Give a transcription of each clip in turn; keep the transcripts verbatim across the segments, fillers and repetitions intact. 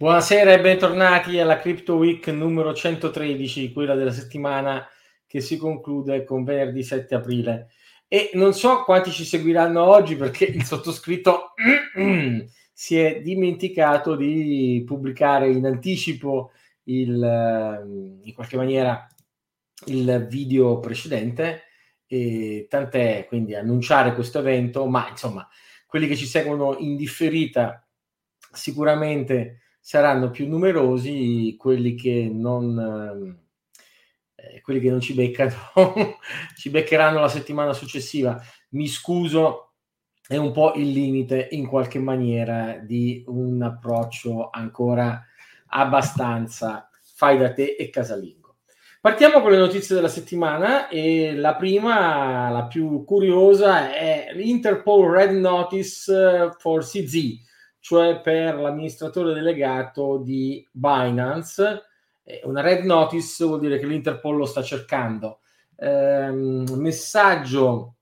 Buonasera e bentornati alla Crypto Week numero centotredici, quella della settimana che si conclude con venerdì sette aprile. E non so quanti ci seguiranno oggi perché il sottoscritto si è dimenticato di pubblicare in anticipo il, in qualche maniera il video precedente, e tant'è quindi annunciare questo evento, ma insomma quelli che ci seguono in differita sicuramente saranno più numerosi, quelli che non eh, quelli che non ci beccano ci beccheranno la settimana successiva. Mi scuso, è un po' il limite in qualche maniera di un approccio ancora abbastanza fai da te e casalingo. Partiamo con le notizie della settimana e la prima, la più curiosa, è l'Interpol Red Notice for C Z, cioè per l'amministratore delegato di Binance. Una red notice vuol dire che l'Interpol lo sta cercando. Ehm, messaggio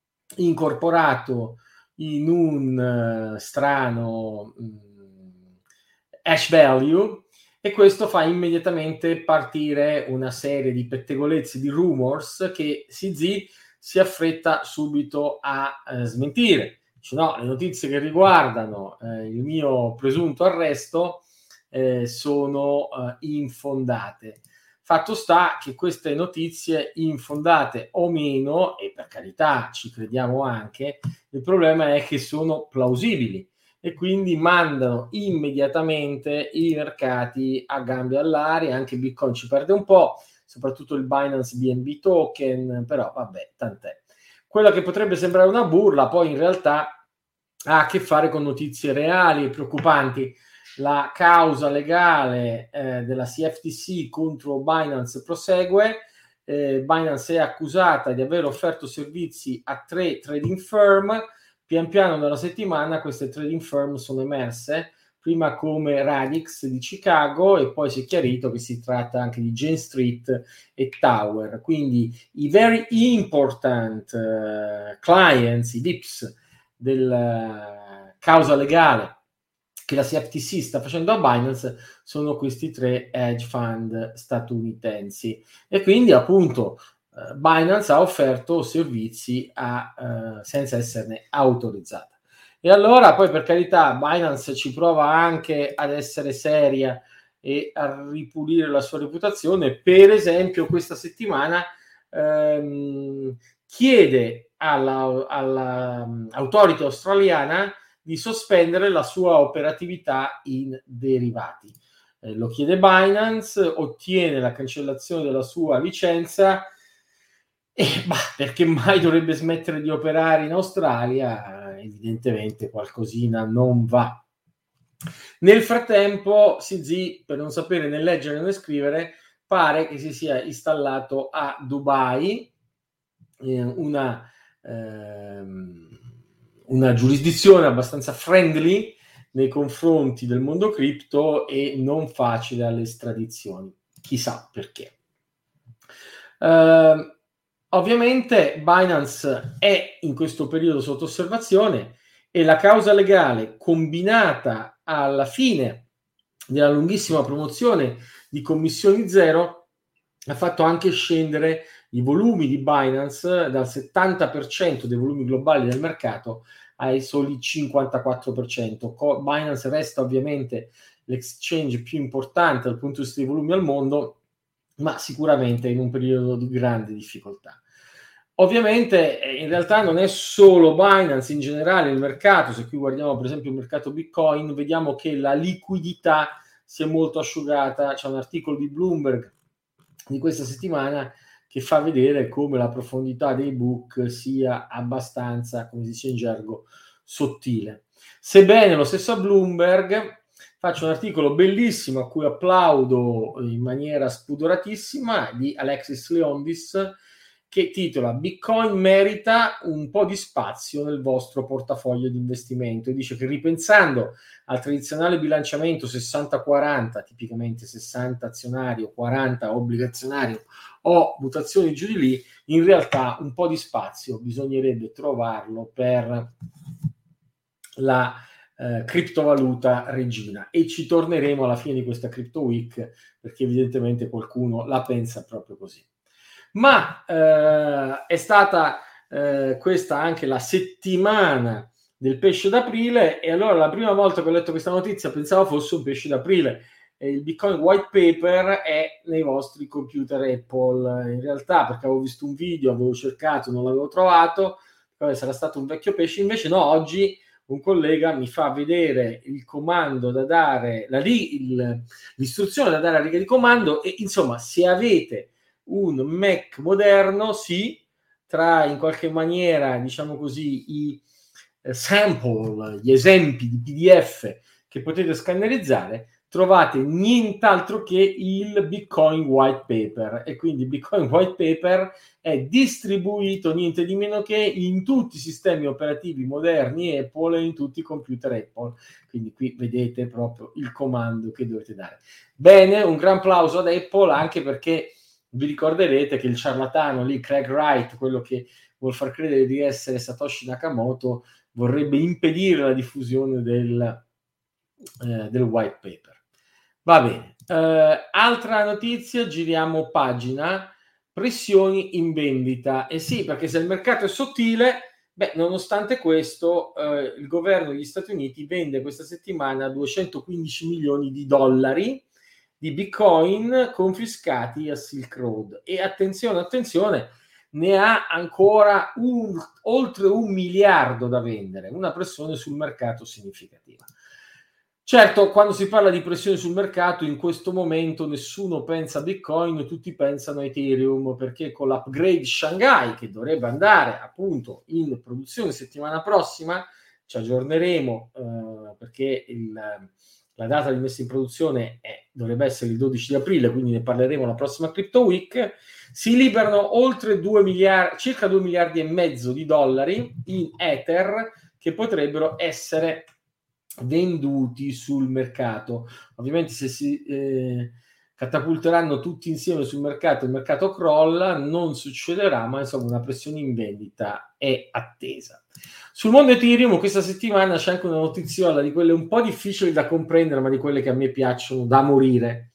incorporato in un uh, strano um, hash value, e questo fa immediatamente partire una serie di pettegolezzi, di rumors che C Z si affretta subito a eh, smentire. Cioè, no, le notizie che riguardano eh, il mio presunto arresto eh, sono eh, infondate. Fatto sta che queste notizie, infondate o meno, e per carità ci crediamo anche, il problema è che sono plausibili e quindi mandano immediatamente i mercati a gambe all'aria. Anche Bitcoin ci perde un po', soprattutto il Binance B N B token, però vabbè, tant'è. Quella che potrebbe sembrare una burla poi in realtà ha a che fare con notizie reali e preoccupanti. La causa legale eh, della C F T C contro Binance prosegue. eh, Binance è accusata di aver offerto servizi a tre trading firm. Pian piano nella settimana queste trading firm sono emerse, prima come Radix di Chicago e poi si è chiarito che si tratta anche di Jane Street e Tower. Quindi i very important uh, clients, i V I Ps della uh, causa legale che la C F T C sta facendo a Binance sono questi tre hedge fund statunitensi, e quindi appunto Binance ha offerto servizi a, uh, senza esserne autorizzata. E allora poi, per carità, Binance ci prova anche ad essere seria e a ripulire la sua reputazione. Per esempio questa settimana ehm, chiede alla, alla autority australiana di sospendere la sua operatività in derivati. Eh, lo chiede Binance, ottiene la cancellazione della sua licenza. E bah, perché mai dovrebbe smettere di operare in Australia? Evidentemente qualcosina non va. Nel frattempo C Z, per non sapere né leggere né scrivere, pare che si sia installato a Dubai, eh, una, ehm, una giurisdizione abbastanza friendly nei confronti del mondo cripto e non facile alle estradizioni. Chissà perché. Uh, ovviamente Binance è in questo periodo sotto osservazione e la causa legale, combinata alla fine della lunghissima promozione di commissioni zero, ha fatto anche scendere i volumi di Binance dal settanta per cento dei volumi globali del mercato ai soli cinquantaquattro per cento. Binance resta ovviamente l'exchange più importante dal punto di vista dei volumi al mondo, ma sicuramente in un periodo di grande difficoltà. Ovviamente in realtà non è solo Binance, in generale il mercato. Se qui guardiamo per esempio il mercato Bitcoin, vediamo che la liquidità si è molto asciugata. C'è un articolo di Bloomberg di questa settimana che fa vedere come la profondità dei book sia abbastanza, come si dice in gergo, sottile. Sebbene lo stesso Bloomberg faccio un articolo bellissimo a cui applaudo in maniera spudoratissima, di Alexis Leondis, che titola Bitcoin merita un po' di spazio nel vostro portafoglio di investimento, e dice che ripensando al tradizionale bilanciamento sessanta quaranta, tipicamente sessanta azionario, quaranta obbligazionario o mutazioni giù di lì, in realtà un po' di spazio bisognerebbe trovarlo per la eh, criptovaluta regina, e ci torneremo alla fine di questa Crypto Week perché evidentemente qualcuno la pensa proprio così. Ma eh, è stata eh, questa anche la settimana del pesce d'aprile, e allora la prima volta che ho letto questa notizia pensavo fosse un pesce d'aprile. E il Bitcoin White Paper è nei vostri computer Apple, in realtà, perché avevo visto un video, avevo cercato, non l'avevo trovato, poi sarà stato un vecchio pesce. Invece no, oggi un collega mi fa vedere il comando da dare, la, il, l'istruzione da dare a riga di comando, e insomma, se avete un Mac moderno, sì, tra in qualche maniera, diciamo così, i eh, sample, gli esempi di P D F che potete scannerizzare, trovate nient'altro che il Bitcoin White Paper. E quindi il Bitcoin White Paper è distribuito niente di meno che in tutti i sistemi operativi moderni Apple e in tutti i computer Apple. Quindi qui vedete proprio il comando che dovete dare. Bene, un gran applauso ad Apple, anche perché vi ricorderete che il ciarlatano lì, Craig Wright, quello che vuol far credere di essere Satoshi Nakamoto, vorrebbe impedire la diffusione del, eh, del white paper. Va bene. Eh, altra notizia, giriamo pagina, pressioni in vendita. E eh sì, perché se il mercato è sottile, beh, nonostante questo, eh, il governo degli Stati Uniti vende questa settimana duecentoquindici milioni di dollari di Bitcoin confiscati a Silk Road. E attenzione, attenzione, ne ha ancora un, oltre un miliardo da vendere, una pressione sul mercato significativa. Certo, quando si parla di pressione sul mercato, in questo momento nessuno pensa a Bitcoin, tutti pensano a Ethereum, perché con l'upgrade Shanghai, che dovrebbe andare appunto in produzione settimana prossima, ci aggiorneremo eh, perché il, la data di messa in produzione è, dovrebbe essere il dodici di aprile, quindi ne parleremo la prossima Crypto Week. Si liberano oltre due miliardi, circa due miliardi e mezzo di dollari in Ether che potrebbero essere venduti sul mercato. Ovviamente se si eh, catapulteranno tutti insieme sul mercato, il mercato crolla, non succederà, ma insomma una pressione in vendita è attesa. Sul mondo Ethereum questa settimana c'è anche una notiziola di quelle un po' difficili da comprendere, ma di quelle che a me piacciono da morire.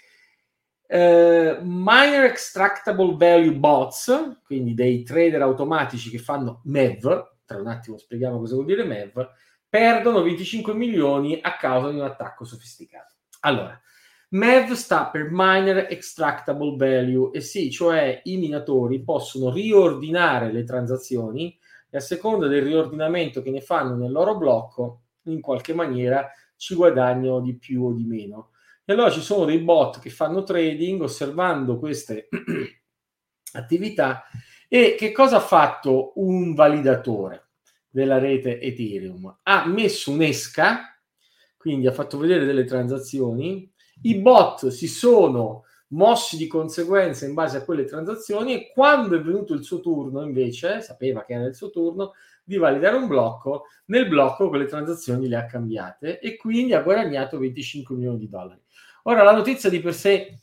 Uh, miner extractable value bots, quindi dei trader automatici che fanno M E V, tra un attimo spieghiamo cosa vuol dire M E V, perdono venticinque milioni a causa di un attacco sofisticato. Allora, M E V sta per Miner Extractable Value, e sì, cioè i minatori possono riordinare le transazioni e a seconda del riordinamento che ne fanno nel loro blocco, in qualche maniera ci guadagnano di più o di meno. E allora ci sono dei bot che fanno trading osservando queste attività. E che cosa ha fatto un validatore della rete Ethereum? Ha messo un'esca, quindi ha fatto vedere delle transazioni, i bot si sono mossi di conseguenza in base a quelle transazioni, e quando è venuto il suo turno, invece, sapeva che era il suo turno di validare un blocco, nel blocco quelle transazioni le ha cambiate e quindi ha guadagnato venticinque milioni di dollari. Ora, la notizia di per sé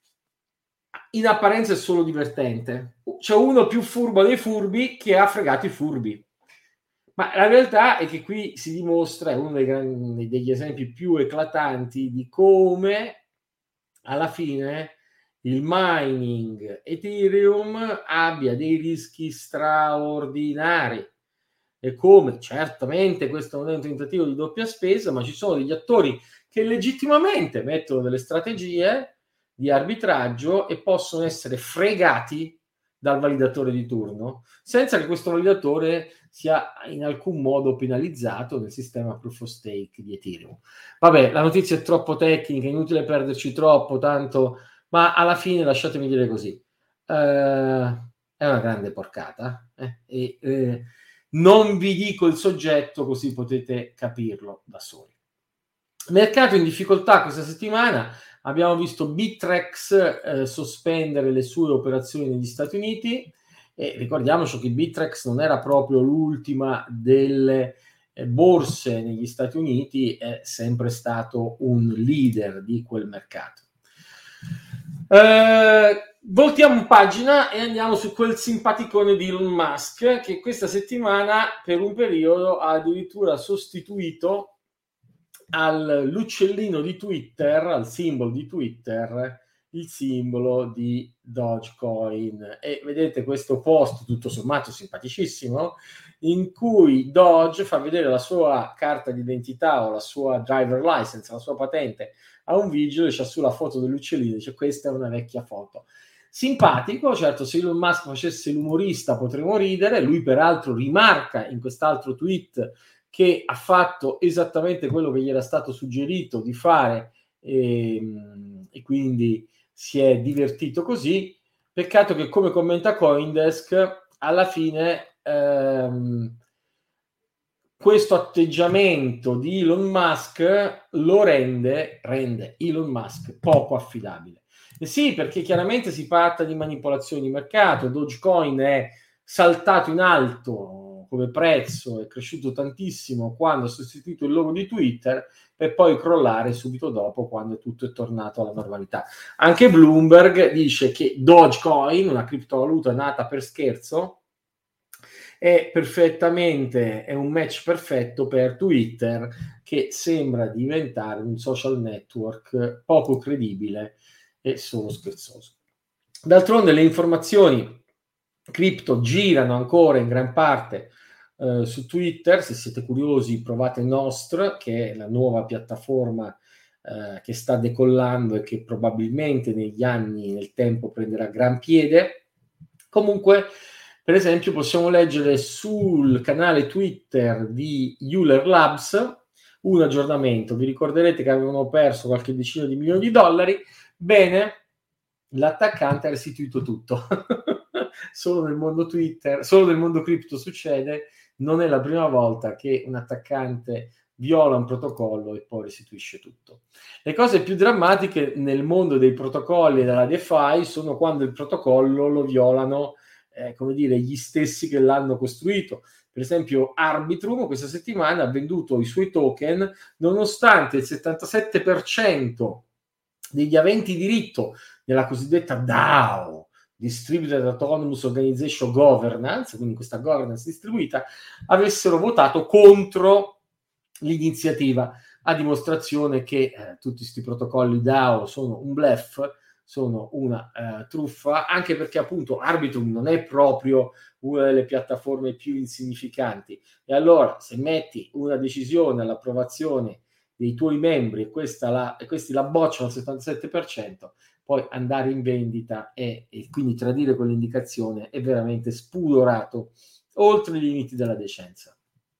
in apparenza è solo divertente. C'è uno più furbo dei furbi che ha fregato i furbi. Ma la realtà è che qui si dimostra, è uno dei grandi, degli esempi più eclatanti di come alla fine il mining Ethereum abbia dei rischi straordinari. E come certamente questo non è un tentativo di doppia spesa, ma ci sono degli attori che legittimamente mettono delle strategie di arbitraggio e possono essere fregati dal validatore di turno senza che questo validatore sia in alcun modo penalizzato nel sistema proof of stake di Ethereum. Vabbè, la notizia è troppo tecnica, è inutile perderci troppo, tanto, ma alla fine lasciatemi dire così, uh, è una grande porcata, eh? e eh, non vi dico il soggetto, così potete capirlo da soli. Mercato in difficoltà questa settimana, abbiamo visto Bittrex eh, sospendere le sue operazioni negli Stati Uniti, e ricordiamoci che Bittrex non era proprio l'ultima delle eh, borse negli Stati Uniti, è sempre stato un leader di quel mercato. Eh, voltiamo pagina e andiamo su quel simpaticone di Elon Musk che questa settimana per un periodo ha addirittura sostituito all'uccellino di Twitter, al simbolo di Twitter, il simbolo di Dogecoin. E vedete questo post tutto sommato simpaticissimo, in cui Doge fa vedere la sua carta d'identità o la sua driver license, la sua patente, a un vigile, c'è sulla foto dell'uccellino, dice questa è una vecchia foto. Simpatico, certo, se Elon Musk facesse l'umorista potremmo ridere, lui peraltro rimarca in quest'altro tweet che ha fatto esattamente quello che gli era stato suggerito di fare e, e quindi si è divertito così. Peccato che, come commenta CoinDesk, alla fine ehm, questo atteggiamento di Elon Musk lo rende, rende Elon Musk poco affidabile. E sì, perché chiaramente si parla di manipolazione di mercato, Dogecoin è saltato in alto come prezzo, è cresciuto tantissimo quando ha sostituito il logo di Twitter, per poi crollare subito dopo quando tutto è tornato alla normalità. Anche Bloomberg dice che Dogecoin, una criptovaluta nata per scherzo, è perfettamente, è un match perfetto per Twitter, che sembra diventare un social network poco credibile e solo scherzoso. D'altronde le informazioni cripto girano ancora in gran parte eh, su Twitter. Se siete curiosi provate Nostr, che è la nuova piattaforma eh, che sta decollando e che probabilmente negli anni, nel tempo prenderà gran piede. Comunque, per esempio, possiamo leggere sul canale Twitter di Euler Labs un aggiornamento. Vi ricorderete che avevano perso qualche decina di milioni di dollari. Bene, l'attaccante ha restituito tutto. Solo nel mondo Twitter, solo nel mondo cripto succede, non è la prima volta che un attaccante viola un protocollo e poi restituisce tutto. Le cose più drammatiche nel mondo dei protocolli e della DeFi sono quando il protocollo lo violano, eh, come dire, gli stessi che l'hanno costruito. Per esempio Arbitrum questa settimana ha venduto i suoi token nonostante il settantasette per cento degli aventi diritto nella cosiddetta DAO, Distributed Autonomous Organization Governance, quindi questa governance distribuita, avessero votato contro l'iniziativa, a dimostrazione che eh, tutti questi protocolli DAO sono un bluff, sono una eh, truffa, anche perché appunto Arbitrum non è proprio una delle piattaforme più insignificanti. E allora se metti una decisione all'approvazione dei tuoi membri e, questa la, e questi la bocciano al settantasette per cento, poi andare in vendita e, e quindi tradire quell'indicazione è veramente spudorato oltre i limiti della decenza.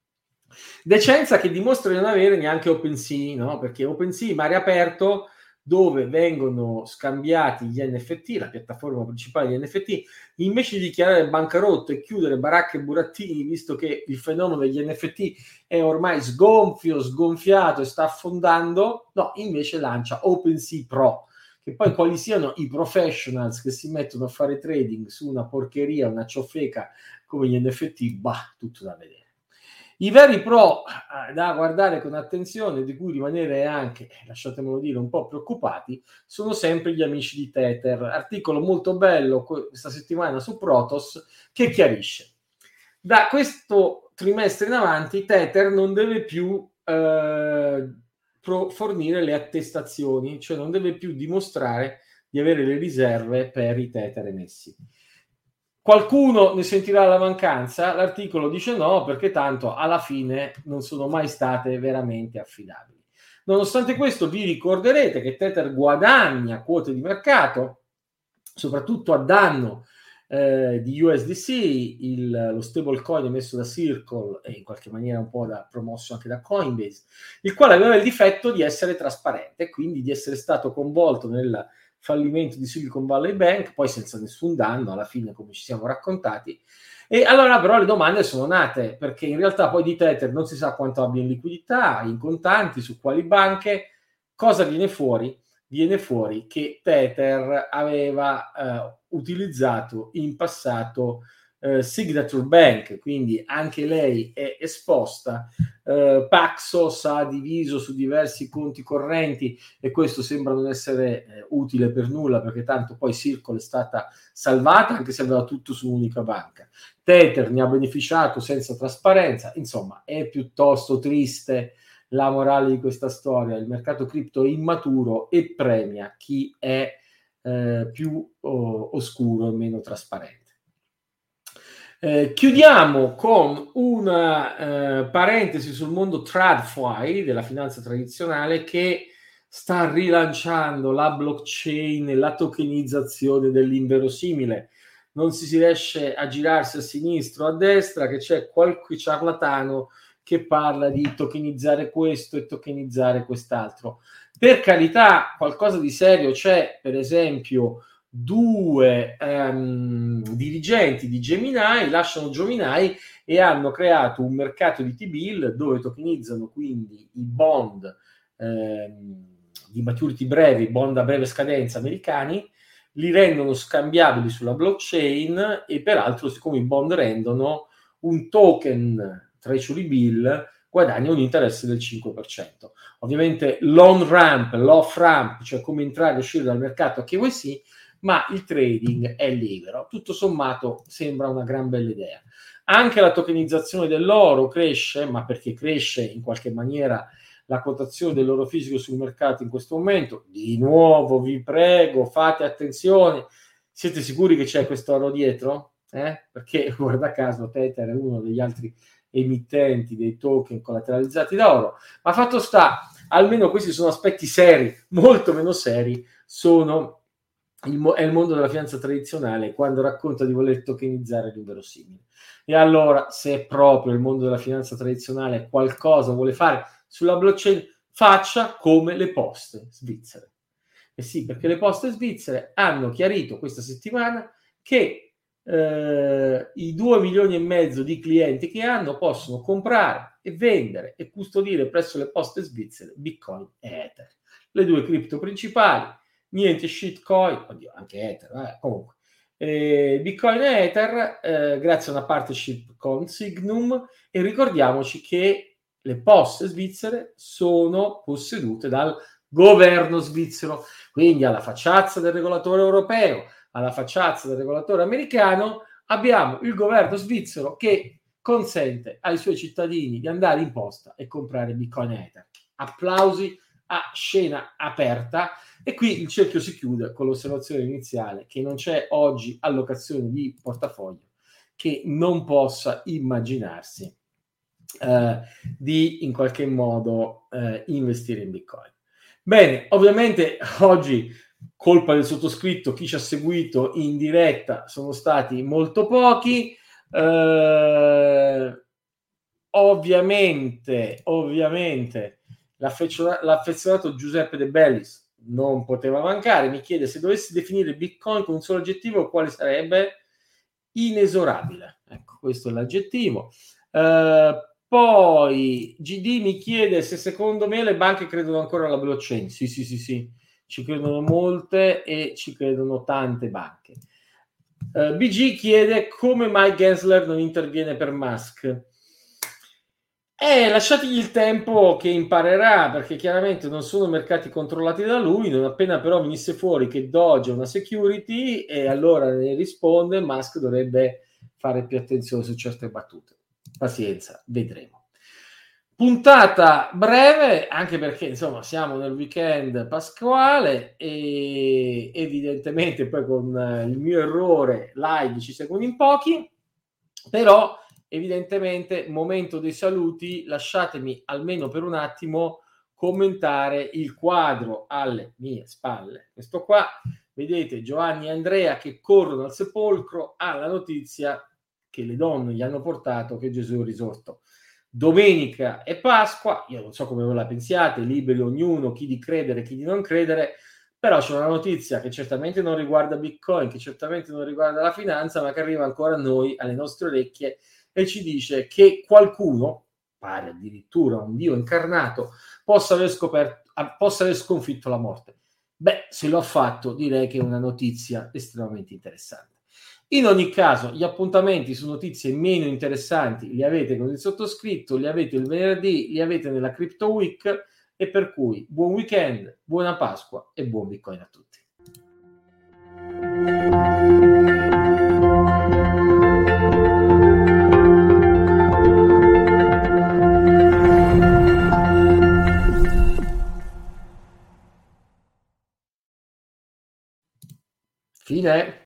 Decenza che dimostra di non avere neanche OpenSea, no? Perché OpenSea, mare aperto, dove vengono scambiati gli N F T, la piattaforma principale degli N F T, invece di dichiarare bancarotta e chiudere baracche e burattini, visto che il fenomeno degli N F T è ormai sgonfio, sgonfiato e sta affondando, no, invece lancia OpenSea Pro, che poi quali siano i professionals che si mettono a fare trading su una porcheria, una ciofeca come gli N F T, bah, tutto da vedere. I veri pro eh, da guardare con attenzione, di cui rimanere anche, lasciatemelo dire, un po' preoccupati, sono sempre gli amici di Tether. Articolo molto bello questa settimana su Protos che chiarisce. Da questo trimestre in avanti Tether non deve più eh, pro- fornire le attestazioni, cioè non deve più dimostrare di avere le riserve per i Tether emessi. Qualcuno ne sentirà la mancanza? L'articolo dice no, perché tanto alla fine non sono mai state veramente affidabili. Nonostante questo, vi ricorderete che Tether guadagna quote di mercato, soprattutto a danno eh, di U S D C, il, lo stablecoin emesso da Circle e in qualche maniera un po' da, promosso anche da Coinbase, il quale aveva il difetto di essere trasparente, quindi di essere stato coinvolto nel fallimento di Silicon Valley Bank, poi senza nessun danno alla fine, come ci siamo raccontati. E allora però le domande sono nate, perché in realtà poi di Tether non si sa quanto abbia in liquidità, in contanti, su quali banche. Cosa viene fuori? Viene fuori che Tether aveva eh, utilizzato in passato eh, Signature Bank, quindi anche lei è esposta. eh, Paxos ha diviso su diversi conti correnti e questo sembra non essere eh, utile per nulla, perché tanto poi Circle è stata salvata anche se aveva tutto su un'unica banca. Tether ne ha beneficiato senza trasparenza, insomma è piuttosto triste la morale di questa storia: il mercato cripto è immaturo e premia chi è eh, più oh, oscuro e meno trasparente. Eh, chiudiamo con una eh, parentesi sul mondo TradFi della finanza tradizionale, che sta rilanciando la blockchain e la tokenizzazione dell'inverosimile. Non si riesce a girarsi a sinistra o a destra che c'è qualche ciarlatano che parla di tokenizzare questo e tokenizzare quest'altro. Per carità, qualcosa di serio c'è. Per esempio, due um, dirigenti di Gemini lasciano Gemini e hanno creato un mercato di T-bill dove tokenizzano quindi i bond ehm, di maturity brevi, bond a breve scadenza americani, li rendono scambiabili sulla blockchain e peraltro, siccome i bond rendono un token treasury bill, guadagna un interesse del cinque per cento. Ovviamente l'on ramp, l'off ramp, cioè come entrare e uscire dal mercato a K Y C, ma il trading è libero. Tutto sommato sembra una gran bella idea. Anche la tokenizzazione dell'oro cresce, ma perché cresce in qualche maniera la quotazione dell'oro fisico sul mercato in questo momento. Di nuovo vi prego, fate attenzione, siete sicuri che c'è questo oro dietro? Eh? Perché guarda caso Tether è uno degli altri emittenti dei token collateralizzati da oro, ma fatto sta, almeno questi sono aspetti seri. Molto meno seri sono il, è il mondo della finanza tradizionale quando racconta di voler tokenizzare l'inverosimile. E allora, se proprio il mondo della finanza tradizionale qualcosa vuole fare sulla blockchain, faccia come le poste svizzere. E sì, perché le poste svizzere hanno chiarito questa settimana che eh, i due milioni e mezzo di clienti che hanno possono comprare e vendere e custodire presso le poste svizzere Bitcoin e Ether, le due cripto principali. Niente shitcoin, oddio, anche Ether, eh, comunque. Eh, Bitcoin e Ether, eh, grazie a una partnership con Signum, e ricordiamoci che le poste svizzere sono possedute dal governo svizzero, quindi alla facciazza del regolatore europeo, alla facciazza del regolatore americano, abbiamo il governo svizzero che consente ai suoi cittadini di andare in posta e comprare Bitcoin e Ether. Applausi a scena aperta. E qui il cerchio si chiude con l'osservazione iniziale che non c'è oggi allocazione di portafoglio che non possa immaginarsi eh, di in qualche modo eh, investire in Bitcoin. Bene, ovviamente oggi colpa del sottoscritto, chi ci ha seguito in diretta sono stati molto pochi. Eh, ovviamente, ovviamente l'affezionato, l'affezionato Giuseppe De Bellis non poteva mancare. Mi chiede: se dovessi definire Bitcoin con un solo aggettivo, quale sarebbe? Inesorabile. Ecco, questo è l'aggettivo. Uh, poi G D mi chiede se secondo me le banche credono ancora alla blockchain. Sì, sì, sì, sì. Ci credono molte e ci credono tante banche. Uh, B G chiede come mai Gensler non interviene per Musk. Eh, lasciategli il tempo che imparerà, perché chiaramente non sono mercati controllati da lui. Non appena però venisse fuori che Doge è una security, e allora ne risponde, Musk dovrebbe fare più attenzione su certe battute. Pazienza, vedremo. Puntata breve, anche perché insomma siamo nel weekend pasquale e evidentemente poi con il mio errore live ci seguono in pochi, però evidentemente momento dei saluti. Lasciatemi almeno per un attimo commentare il quadro alle mie spalle. Questo qua, vedete Giovanni e Andrea che corrono al sepolcro alla notizia che le donne gli hanno portato che Gesù è risorto. Domenica è Pasqua, io non so come voi la pensiate, liberi ognuno, chi di credere, chi di non credere, però c'è una notizia che certamente non riguarda Bitcoin, che certamente non riguarda la finanza, ma che arriva ancora a noi, alle nostre orecchie, e ci dice che qualcuno, pare addirittura un Dio incarnato, possa aver scoperto, possa aver sconfitto la morte. Beh, se lo ha fatto, direi che è una notizia estremamente interessante. In ogni caso, gli appuntamenti su notizie meno interessanti li avete con il sottoscritto, li avete il venerdì, li avete nella Crypto Week, e per cui buon weekend, buona Pasqua e buon Bitcoin a tutti. Fine.